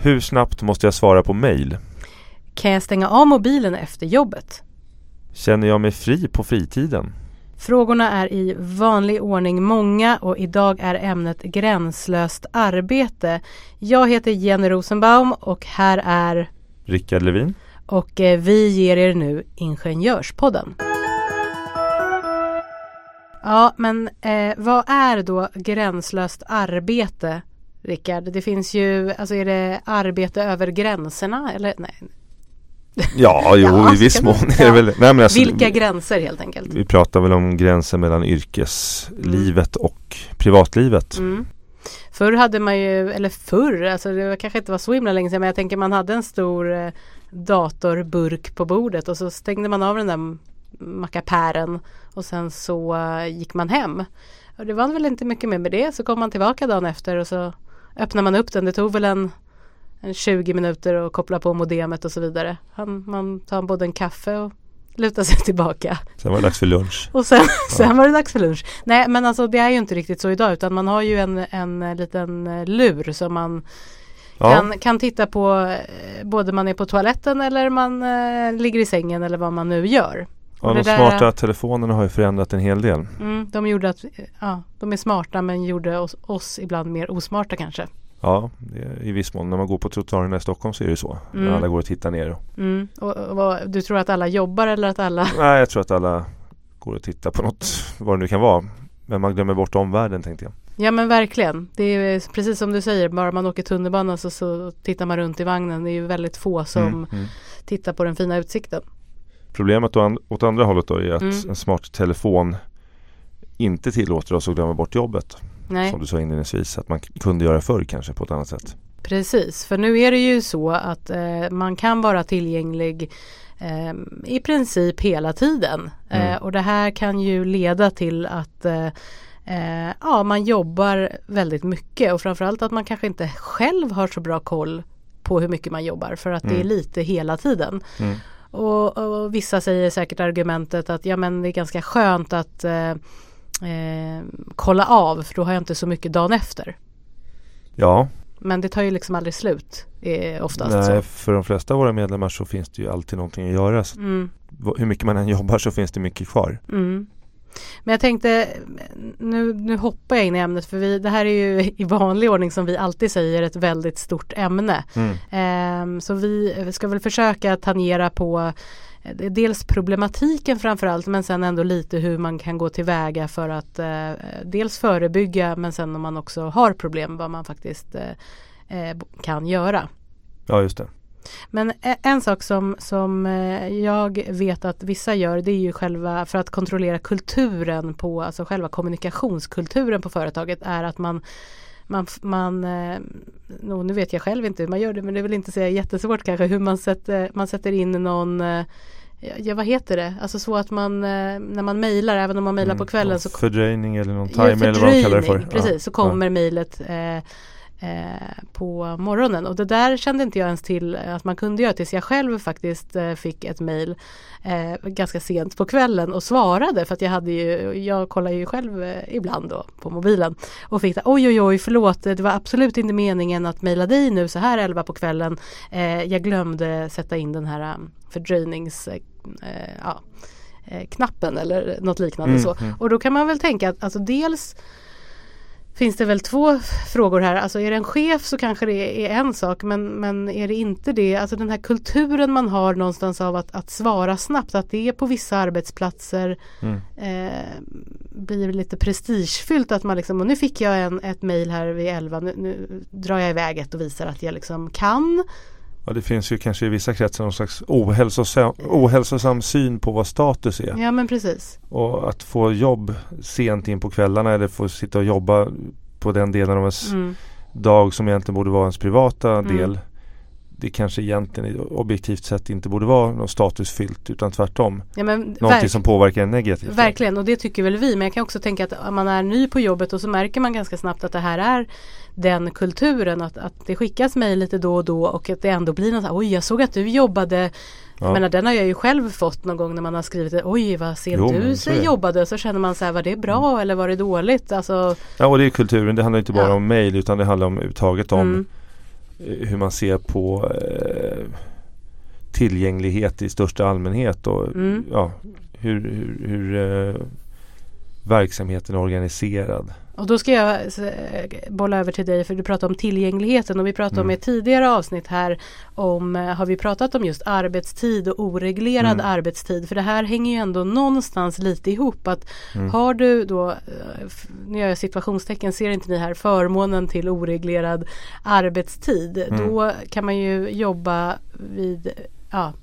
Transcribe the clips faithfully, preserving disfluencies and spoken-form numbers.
Hur snabbt måste jag svara på mejl? Kan jag stänga av mobilen efter jobbet? Känner jag mig fri på fritiden? Frågorna är i vanlig ordning många och idag är ämnet gränslöst arbete. Jag heter Jenny Rosenbaum och här är Rickard Levin. Och eh, vi ger er nu Ingenjörspodden. Ja, men eh, vad är då gränslöst arbete, Rickard? Det finns ju, alltså är det arbete över gränserna eller nej? Ja, jo, ja, i viss mån är det väl. Nej, men alltså, vilka gränser helt enkelt? Vi pratar väl om gränser mellan yrkeslivet mm. och privatlivet. Mm. Förr hade man ju, eller förr, alltså det kanske inte var så himla länge sedan, men jag tänker man hade en stor eh, datorburk på bordet och så stängde man av den där mackapären och sen så uh, gick man hem. Och det var väl inte mycket mer med det, så kom man tillbaka dagen efter och så öppnade man upp den. Det tog väl en En tjugo minuter och koppla på modemet och så vidare. Han, man tar både en kaffe och lutar sig tillbaka. Sen var det dags för lunch. Och sen, ja. sen var det dags för lunch. Nej, men alltså det är ju inte riktigt så idag, utan man har ju en, en liten lur som man ja. kan, kan titta på både man är på toaletten eller man äh, ligger i sängen eller vad man nu gör. Ja, de smarta där, telefonerna har ju förändrat en hel del. Mm, de gjorde att, ja, de är smarta men gjorde oss, oss ibland mer osmarta kanske. Ja, det är i viss mån. När man går på trottoarerna i Stockholm så är det så. Mm. När alla går och tittar ner. Mm. Och, och, och, du tror att alla jobbar eller att alla... Nej, jag tror att alla går och tittar på något, vad det nu kan vara. Men man glömmer bort omvärlden, tänkte jag. Ja, men verkligen. Det är precis som du säger. Bara man åker tunnelbana så, så tittar man runt i vagnen. Det är ju väldigt få som mm. Mm. tittar på den fina utsikten. Problemet an- åt andra hållet då är att Mm. en smart telefon inte tillåter oss att glömma bort jobbet. Nej. Som du sa inledningsvis, att man kunde göra förr kanske på ett annat sätt. Precis, för nu är det ju så att eh, man kan vara tillgänglig eh, i princip hela tiden. Mm. Eh, och det här kan ju leda till att eh, eh, ja, man jobbar väldigt mycket. Och framförallt att man kanske inte själv har så bra koll på hur mycket man jobbar. För att mm. det är lite hela tiden. Mm. Och, och vissa säger säkert argumentet att ja, men det är ganska skönt att eh, Eh, kolla av, för då har jag inte så mycket dagen efter. Ja. Men det tar ju liksom aldrig slut eh, oftast. Nej, så. För de flesta av våra medlemmar så finns det ju alltid någonting att göra. Så mm. hur mycket man än jobbar så finns det mycket kvar. Mm. Men jag tänkte, nu, nu hoppar jag in i ämnet, för vi, det här är ju i vanlig ordning som vi alltid säger ett väldigt stort ämne. Mm. Eh, så vi ska väl försöka tangera på dels problematiken framförallt, men sen ändå lite hur man kan gå tillväga för att eh, dels förebygga, men sen om man också har problem, vad man faktiskt eh, kan göra. Ja, just det. Men en sak som, som jag vet att vissa gör, det är ju själva, för att kontrollera kulturen på, alltså själva kommunikationskulturen på företaget, är att man Man, man no, nu vet jag själv inte hur man gör det, men det är väl inte så jättesvårt kanske hur man sätter, man sätter in någon, ja, vad heter det? Alltså så att man, när man mejlar, även om man mejlar mm, på kvällen så fördröjning eller någon timer ja, eller vad man kallar det för. Precis, ja. så kommer ja. mejlet eh, eh, på morgonen. Och det där kände inte jag ens till att man kunde göra, tills jag själv faktiskt eh, fick ett mejl eh, ganska sent på kvällen och svarade, för att jag hade ju, jag kollar ju själv eh, ibland då på mobilen och fick det, oj oj oj förlåt, det var absolut inte meningen att mejla dig nu så här elva på kvällen, eh, jag glömde sätta in den här um, fördröjnings eh, ja, eh, knappen eller något liknande mm, så. Mm. Och då kan man väl tänka att alltså dels finns det väl två frågor här. Alltså är det en chef så kanske det är en sak, men, men är det inte det, alltså den här kulturen man har någonstans av att, att svara snabbt, att det är på vissa arbetsplatser mm. eh, blir lite prestigefyllt att man liksom, och nu fick jag en, ett mejl här vid elva, nu, nu drar jag iväg ett och visar att jag liksom kan. Ja, det finns ju kanske i vissa kretsar någon slags ohälsosam, ohälsosam syn på vad status är. Ja, men precis. Och att få jobb sent in på kvällarna eller få sitta och jobba på den delen av ens mm. dag som egentligen borde vara ens privata mm. del. Det kanske egentligen objektivt sett inte borde vara något statusfyllt, utan tvärtom. Ja, men någonting verk- som påverkar en negativt. Verkligen, och det tycker väl vi. Men jag kan också tänka att om man är ny på jobbet och så märker man ganska snabbt att det här är den kulturen, att, att det skickas mejl lite då och då och att det ändå blir något, oj jag såg att du jobbade. Ja. Jag menar, den har jag ju själv fått någon gång när man har skrivit, oj vad sent jo, du så jobbade, så känner man så här, var det bra mm. eller var det dåligt? Alltså, ja, och det är kulturen, det handlar inte bara ja. om mejl, utan det handlar om uttaget om mm. hur man ser på eh, tillgänglighet i största allmänhet och mm. ja, hur, hur, hur eh, verksamheten är organiserad. Och då ska jag bolla över till dig, för du pratar om tillgängligheten och vi pratade mm. om ett tidigare avsnitt här om, har vi pratat om just arbetstid och oreglerad mm. arbetstid, för det här hänger ju ändå någonstans lite ihop, att mm. har du då, nu gör jag situationstecken, ser inte ni här, förmånen till oreglerad arbetstid, mm. då kan man ju jobba vid, ja,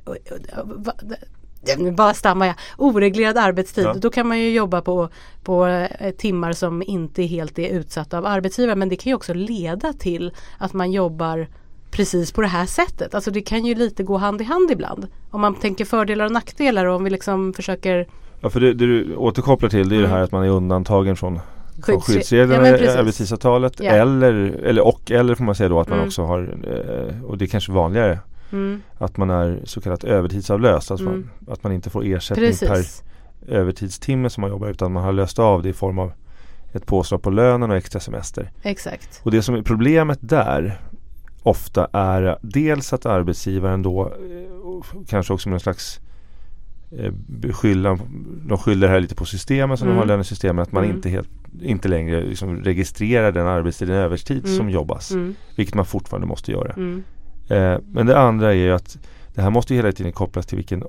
nu bara stammar jag, oreglerad arbetstid, ja. Då kan man ju jobba på, på eh, timmar som inte helt är utsatta av arbetsgivare, men det kan ju också leda till att man jobbar precis på det här sättet. Alltså det kan ju lite gå hand i hand ibland, om man tänker fördelar och nackdelar, och om vi liksom försöker... Ja, för det, det du återkopplar till, det är mm. det här att man är undantagen från Skyddsre- skyddsreglerna ja, i arbetstidsavtalet, ja. eller, eller, och eller får man säga då att man mm. också har, eh, och det är kanske vanligare, Mm. att man är så kallat övertidsavlöst, alltså mm. man, att man inte får ersättning Precis. per övertidstimme som man jobbar, utan man har löst av det i form av ett påslag på lönen och extra semester. Exakt. Och det som är problemet där ofta är dels att arbetsgivaren då kanske också med en slags eh, beskylla, de skyller här lite på systemen som mm. de har lönesystemen, att man mm. inte, helt, inte längre liksom registrerar den arbetstid, den övertid mm. som jobbas, mm. vilket man fortfarande måste göra. Mm. Men det andra är ju att det här måste ju hela tiden kopplas till vilken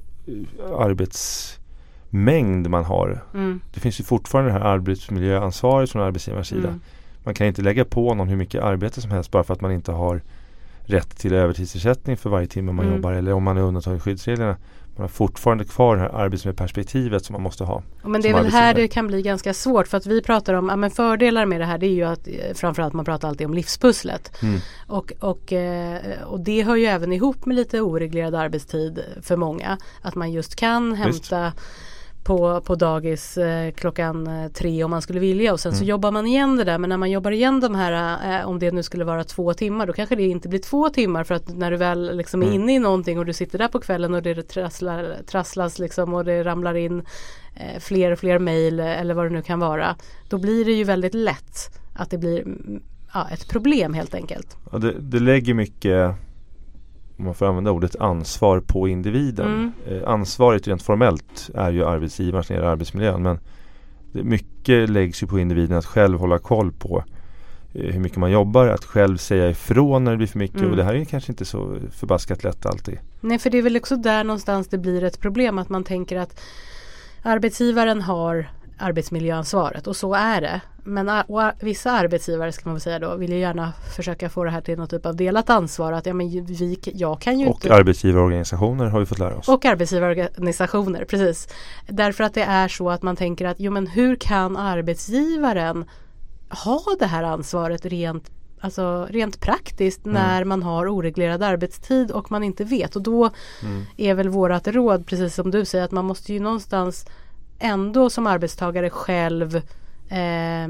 arbetsmängd man har. Mm. Det finns ju fortfarande det här arbetsmiljöansvaret från arbetsgivarens sida. Mm. Man kan inte lägga på någon hur mycket arbete som helst bara för att man inte har rätt till övertidsersättning för varje timme man mm. jobbar, eller om man är undantagen i skyddsreglerna. Man har fortfarande kvar det här arbetsmiljöperspektivet som man måste ha. Men det är väl här det kan bli ganska svårt, för att vi pratar om, ja, men fördelar med det här, det är ju att framförallt man pratar alltid om livspusslet. Mm. Och, och, och det hör ju även ihop med lite oreglerad arbetstid för många. Att man just kan hämta Visst. På, på dagis eh, klockan eh, tre om man skulle vilja, och sen mm. så jobbar man igen det där, men när man jobbar igen de här, eh, om det nu skulle vara två timmar, då kanske det inte blir två timmar, för att när du väl liksom mm. är inne i någonting och du sitter där på kvällen och det trasslar, trasslas liksom, och det ramlar in eh, fler och fler mejl eller vad det nu kan vara, då blir det ju väldigt lätt att det blir ja, ett problem helt enkelt. Ja, det, det lägger mycket, om man får använda ordet, ansvar på individen. Mm. Eh, ansvaret rent formellt är ju arbetsgivaren när det gäller arbetsmiljön, men det, mycket läggs ju på individen att själv hålla koll på eh, hur mycket man jobbar, att själv säga ifrån när det blir för mycket, mm. och det här är ju kanske inte så förbaskat lätt alltid. Nej, för det är väl också där någonstans det blir ett problem, att man tänker att arbetsgivaren har arbetsmiljöansvaret, och så är det. Men och vissa arbetsgivare, ska man väl säga då, vill ju gärna försöka få det här till något typ av delat ansvar, att ja, men vi, jag kan ju och inte... arbetsgivarorganisationer har vi fått lära oss. Och arbetsgivarorganisationer, precis. Därför att det är så att man tänker att jo, men hur kan arbetsgivaren ha det här ansvaret rent, alltså rent praktiskt mm. när man har oreglerad arbetstid och man inte vet, och då mm. är väl vårat råd, precis som du säger, att man måste ju någonstans ändå som arbetstagare själv eh,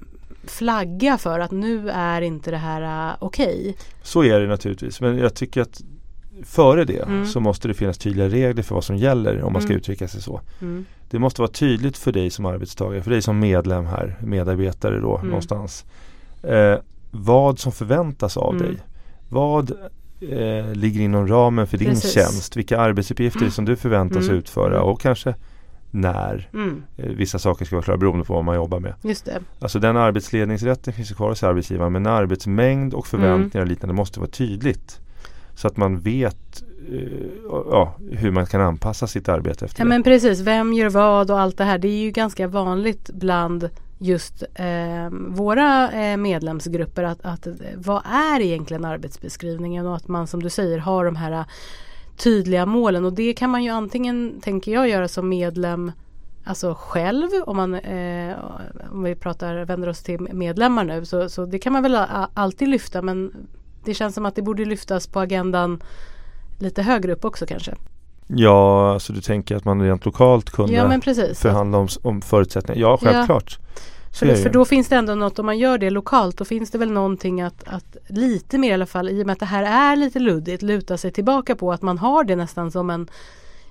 flagga för att nu är inte det här uh, okej. Okay. Så är det naturligtvis, men jag tycker att före det mm. så måste det finnas tydliga regler för vad som gäller, om man ska mm. uttrycka sig så. Mm. Det måste vara tydligt för dig som arbetstagare, för dig som medlem här, medarbetare då mm. någonstans, eh, vad som förväntas av mm. dig. Vad eh, ligger inom ramen för din Precis. tjänst, vilka arbetsuppgifter mm. som du förväntas mm. utföra, och kanske när mm. eh, vissa saker ska vara klara beroende på vad man jobbar med. Just det. Alltså den arbetsledningsrätten finns kvar hos arbetsgivaren, men arbetsmängd och förväntningar mm. och liknande måste vara tydligt. Så att man vet uh, ja, hur man kan anpassa sitt arbete efter ja, det. Men precis, vem gör vad och allt det här. Det är ju ganska vanligt bland just eh, våra eh, medlemsgrupper att, att vad är egentligen arbetsbeskrivningen, och att man, som du säger, har de här tydliga målen. Och det kan man ju antingen, tänker jag, göra som medlem, alltså själv, om man eh, om vi pratar, vänder oss till medlemmar nu, så, så det kan man väl a- alltid lyfta, men det känns som att det borde lyftas på agendan lite högre upp också kanske. Ja, alltså du tänker att man rent lokalt kunde ja, men precis. förhandla om, om förutsättningar. Ja, självklart. Ja. För, för då finns det ändå något, om man gör det lokalt, då finns det väl någonting att, att lite mer i alla fall, i och med att det här är lite luddigt, luta sig tillbaka på att man har det nästan som en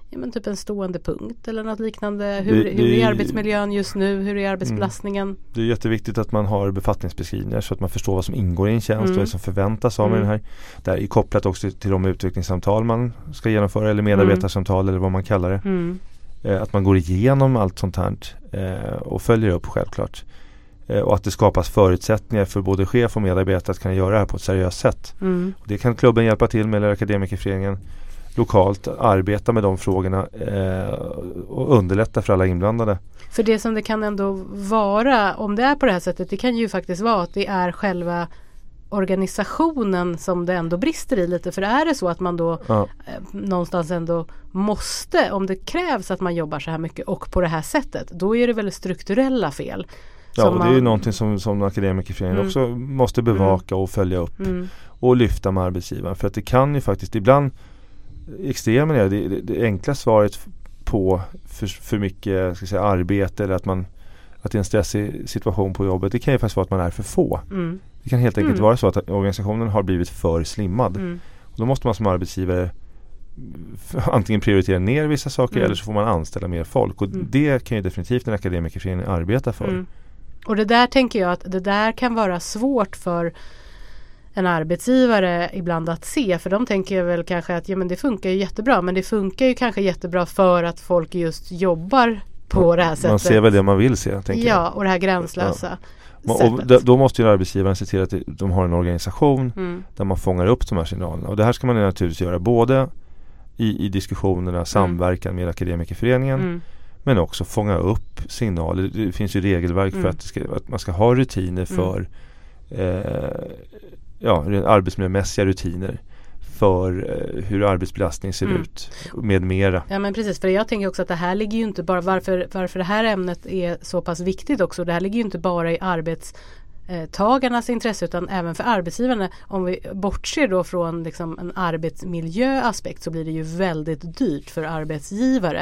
ja, men typ en stående punkt eller något liknande. Hur, det, det, hur är arbetsmiljön just nu? Hur är arbetsbelastningen? Mm. Det är jätteviktigt att man har befattningsbeskrivningar så att man förstår vad som ingår i en tjänst mm. och vad som förväntas av mm. den här. Det är kopplat också till de utvecklingssamtal man ska genomföra eller medarbetarsamtal mm. eller vad man kallar det. Mm. Eh, att man går igenom allt sånt här eh, och följer upp självklart. Eh, och att det skapas förutsättningar för både chef och medarbetare att kunna göra det här på ett seriöst sätt. Mm. Och det kan klubben hjälpa till med, eller akademikerföreningen lokalt, arbeta med de frågorna eh, och underlätta för alla inblandade. För det som det kan ändå vara, om det är på det här sättet, det kan ju faktiskt vara att det är själva organisationen som det ändå brister i lite. För är det så att man då ja. eh, någonstans ändå måste, om det krävs att man jobbar så här mycket och på det här sättet, då är det väl strukturella fel. Ja, och man, det är ju någonting som, som akademikerföreningen mm. också måste bevaka mm. och följa upp mm. och lyfta med arbetsgivaren. För att det kan ju faktiskt ibland extremen är det, det, det enkla svaret på för, för mycket ska jag säga, arbete eller att man att det är en stressig situation på jobbet. Det kan ju faktiskt vara att man är för få. Mm. Det kan helt enkelt mm. vara så att organisationen har blivit för slimmad. Mm. Och då måste man som arbetsgivare antingen prioritera ner vissa saker mm. eller så får man anställa mer folk. Och mm. det kan ju definitivt en akademikerförening arbeta för. Mm. Och det där tänker jag att det där kan vara svårt för en arbetsgivare ibland att se, för de tänker väl kanske att ja, men det funkar ju jättebra, men det funkar ju kanske jättebra för att folk just jobbar på ja, det här sättet. Man ser väl det man vill se, tänker ja, jag. och det här gränslösa ja. Och d- då måste ju arbetsgivaren se till att de har en organisation mm. där man fångar upp de här signalerna. Och det här ska man naturligtvis göra både i, i diskussionerna, samverkan mm. med akademikerföreningen mm. men också fånga upp signaler. Det finns ju regelverk mm. för att, ska, att man ska ha rutiner för mm. eh, ja, arbetsmiljömässiga rutiner för eh, hur arbetsbelastning ser mm. ut med mera. Ja, men precis, för jag tänker också att det här ligger ju inte bara, varför, varför det här ämnet är så pass viktigt också, det här ligger ju inte bara i arbetstagarnas intresse utan även för arbetsgivarna. Om vi bortser då från liksom en arbetsmiljöaspekt så blir det ju väldigt dyrt för arbetsgivare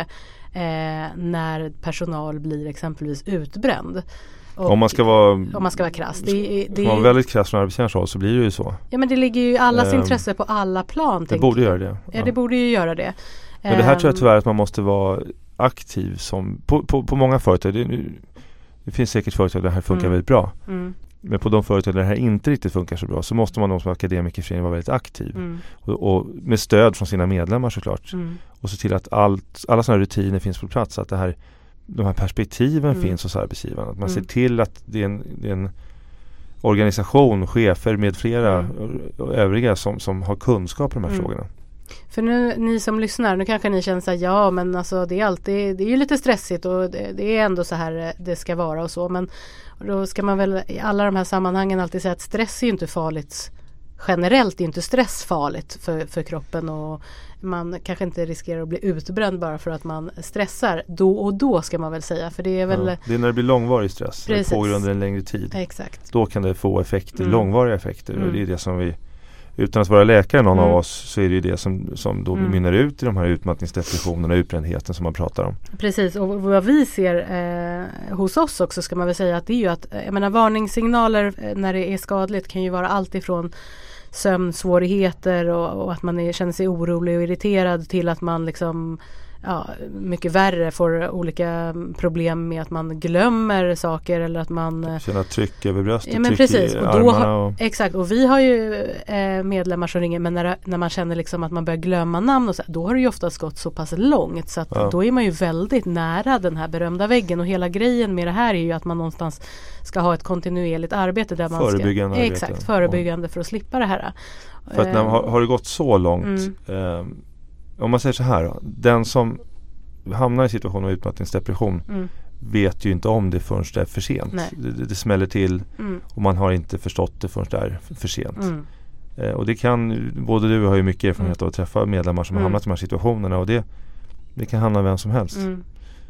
eh, när personal blir exempelvis utbränd. Och om man ska vara om man ska vara krass. Det, det, det, man vara väldigt krass från arbetsgivarens håll så blir det ju så. Ja, men det ligger ju i allas um, intresse på alla plan. Det borde göra det. Ja. ja, det borde ju göra det. Men um, det här tror jag tyvärr att man måste vara aktiv som på, på, på många företag. Det, det finns säkert företag där det här funkar mm. väldigt bra. Mm. Men på de företag där det här inte riktigt funkar så bra så måste man som akademikerförening vara väldigt aktiv. Mm. Och, och med stöd från sina medlemmar såklart. Mm. Och se till att allt, alla sådana rutiner finns på plats. Att det här de här perspektiven mm. finns hos arbetsgivaren. Att man mm. ser till att det är, en, det är en organisation, chefer med flera mm. och övriga som, som har kunskap om de här mm. frågorna. För nu, ni som lyssnar, nu kanske ni känner så här, ja men alltså det är alltid, det är ju lite stressigt och det, det är ändå så här det ska vara och så. Men då ska man väl i alla de här sammanhangen alltid säga att stress är ju inte farligt. Generellt är inte stress farligt för, för kroppen och man kanske inte riskerar att bli utbränd bara för att man stressar. Då och då ska man väl säga. För det är väl... Ja, det är när det blir långvarig stress. Precis. Det pågår under en längre tid. Exakt. Då kan det få effekter, mm. långvariga effekter. Mm. Och det är det som vi, utan att vara läkare någon mm. av oss, så är det ju det som, som då mm. mynnar ut i de här utmattningsdepressionerna och utbrändheten som man pratar om. Precis, och vad vi ser eh, hos oss också ska man väl säga att det är ju att, jag menar varningssignaler eh, när det är skadligt kan ju vara allt ifrån sömnsvårigheter och, och att man är, känner sig orolig och irriterad till att man liksom ja, mycket värre får olika problem med att man glömmer saker eller att man känner tryck över bröstet, ja, men tryck precis. i och armarna. Då, och... Exakt, och vi har ju eh, medlemmar som ringer men när, när man känner liksom att man börjar glömma namn och så, då har det ju oftast gått så pass långt så att ja. Då är man ju väldigt nära den här berömda väggen och hela grejen med det här är ju att man någonstans ska ha ett kontinuerligt arbete där man förebyggande ska, arbete. Exakt, förebyggande ja. För att slippa det här. För att när, har, har det gått så långt mm. eh, om man säger så här då, den som hamnar i situation av utmattningsdepression mm. vet ju inte om det förrän det är för sent. Det, det, det smäller till mm. och man har inte förstått det förrän det är för sent. Mm. Eh, och det kan, både du har ju mycket erfarenhet mm. av att träffa medlemmar som mm. har hamnat i de här situationerna och det, det kan hamna vem som helst. Mm.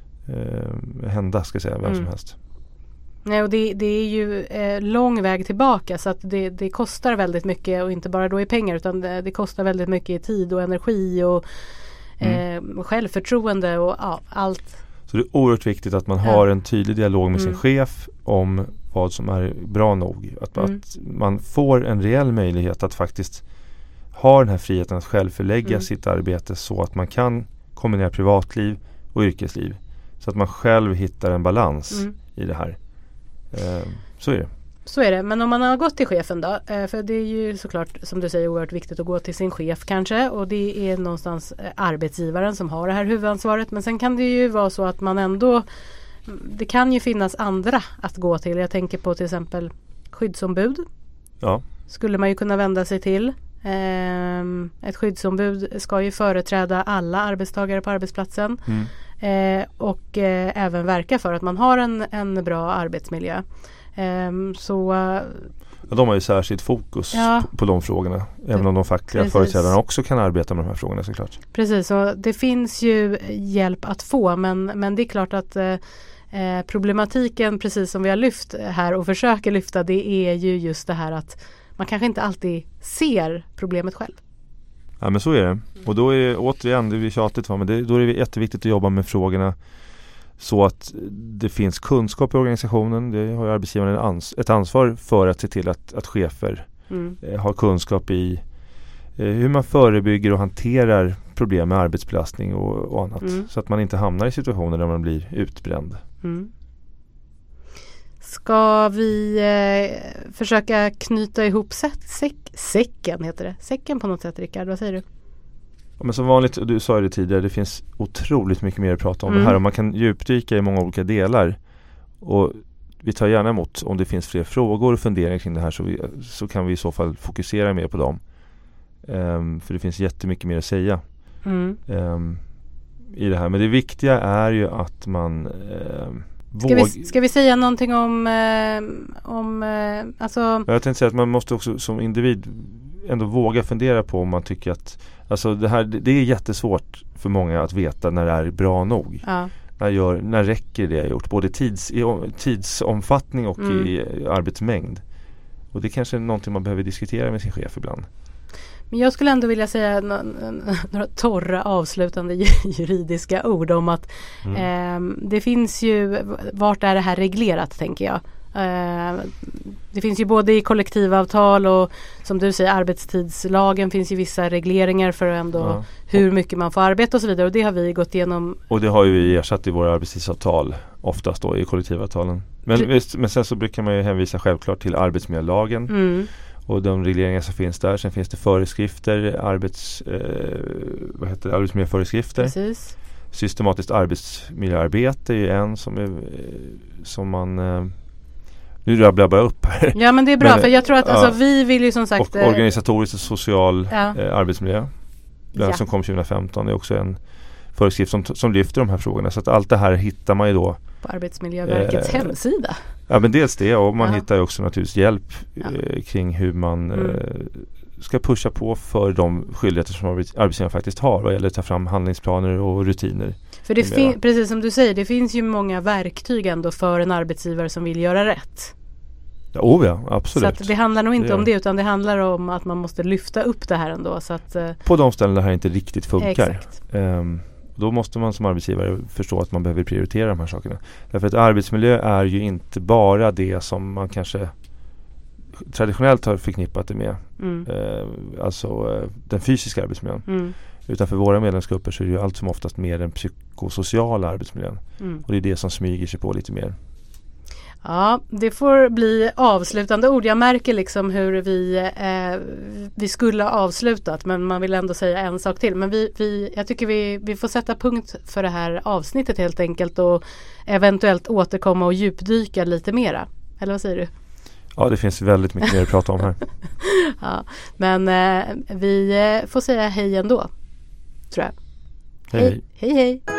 Eh, hända ska jag säga, vem mm. som helst. Nej, och det, det är ju eh, lång väg tillbaka så att det, det kostar väldigt mycket och inte bara då i pengar utan det, det kostar väldigt mycket i tid och energi och mm. eh, självförtroende och ja, allt. Så det är oerhört viktigt att man har en tydlig dialog med mm. sin chef om vad som är bra nog. Att, mm. att man får en reell möjlighet att faktiskt ha den här friheten att själv förlägga mm. sitt arbete så att man kan kombinera privatliv och yrkesliv. Så att man själv hittar en balans mm. i det här. Eh, så är det. Så är det, men om man har gått till chefen då, för det är ju såklart som du säger oerhört viktigt att gå till sin chef kanske, och det är någonstans arbetsgivaren som har det här huvudansvaret, men sen kan det ju vara så att man ändå, det kan ju finnas andra att gå till. Jag tänker på till exempel skyddsombud. Ja. Skulle man ju kunna vända sig till. Ett skyddsombud ska ju företräda alla arbetstagare på arbetsplatsen mm. och även verka för att man har en, en bra arbetsmiljö. Um, så, ja, de har ju särskilt fokus ja, på, på de frågorna. Även om de fackliga precis. företrädarna också kan arbeta med de här frågorna såklart. Precis, och det finns ju hjälp att få. Men, men det är klart att eh, problematiken, precis som vi har lyft här och försöker lyfta, det är ju just det här att man kanske inte alltid ser problemet själv. Ja, men så är det. Och då är det återigen, det är tjatigt, men det, då är det jätteviktigt att jobba med frågorna så att det finns kunskap i organisationen. Det har ju arbetsgivaren ans- ett ansvar för att se till att, att chefer mm. eh, har kunskap i eh, hur man förebygger och hanterar problem med arbetsbelastning och, och annat. Mm. Så att man inte hamnar i situationer där man blir utbränd. Mm. Ska vi eh, försöka knyta ihop säck, säck, säcken heter det. Säcken på något sätt, Rickard. Vad säger du? Ja, men som vanligt, du sa det tidigare, det finns otroligt mycket mer att prata om mm. det här och man kan djupdyka i många olika delar, och vi tar gärna emot om det finns fler frågor och funderingar kring det här, så, vi, så kan vi i så fall fokusera mer på dem um, för det finns jättemycket mer att säga mm. um, i det här, men det viktiga är ju att man um, Ska vi, ska vi säga någonting om, eh, om eh, alltså... Jag tänkte säga att man måste också som individ ändå våga fundera på om man tycker att alltså det här, det är jättesvårt för många att veta när det är bra nog. Ja. När, gör, när räcker det jag gjort? Både tids, i tidsomfattning och mm. i arbetsmängd. Och det är kanske är någonting man behöver diskutera med sin chef ibland. Men jag skulle ändå vilja säga n- några torra avslutande juridiska ord om att mm. eh, det finns ju, vart är det här reglerat tänker jag. Eh, det finns ju både i kollektivavtal och som du säger arbetstidslagen finns ju vissa regleringar för ändå ja. hur mycket man får arbeta och så vidare, och det har vi gått igenom. Och det har ju vi ersatt i våra arbetstidsavtal oftast då i kollektivavtalen. Men, Pre- men sen så brukar man ju hänvisa självklart till arbetsmiljölagen mm. och de regleringar som finns där. Sen finns det föreskrifter, arbets, eh, vad heter det, arbetsmiljöföreskrifter. Precis. Systematiskt arbetsmiljöarbete är ju en som, är, som man... Eh, nu rabblar jag bara upp här. Ja, men det är bra, men, för jag tror att alltså, ja, vi vill ju som sagt... Och organisatorisk och social ja. eh, arbetsmiljö. Den ja. som kom tjugohundrafemton är också en föreskrift som, som lyfter de här frågorna. Så att allt det här hittar man ju då... På Arbetsmiljöverkets eh, hemsida. Ja, men dels det, och man ja. hittar ju också naturligtvis hjälp ja. eh, kring hur man mm. eh, ska pusha på för de skyldigheter som arbetsgivaren faktiskt har vad gäller att ta fram handlingsplaner och rutiner. För det fin- precis som du säger, det finns ju många verktyg ändå för en arbetsgivare som vill göra rätt. Ja, oh ja, absolut. Så att det handlar nog inte det om det, utan det handlar om att man måste lyfta upp det här ändå. Så att, eh, på de ställen där det här inte riktigt funkar. Exakt. Um, då måste man som arbetsgivare förstå att man behöver prioritera de här sakerna. Därför att arbetsmiljö är ju inte bara det som man kanske traditionellt har förknippat det med. Mm. Uh, alltså uh, den fysiska arbetsmiljön. Mm. Utan för våra medlemsgrupper så är det ju allt som oftast mer den psykosociala arbetsmiljön. Mm. Och det är det som smyger sig på lite mer. Ja, det får bli avslutande ord. Jag märker liksom hur vi, eh, vi skulle ha avslutat, men man vill ändå säga en sak till. Men vi, vi, jag tycker vi, vi får sätta punkt för det här avsnittet helt enkelt och eventuellt återkomma och djupdyka lite mera. Eller vad säger du? Ja, det finns väldigt mycket mer att prata om här. Ja, men eh, vi får säga hej ändå, tror jag. Hej, hej, hej. hej.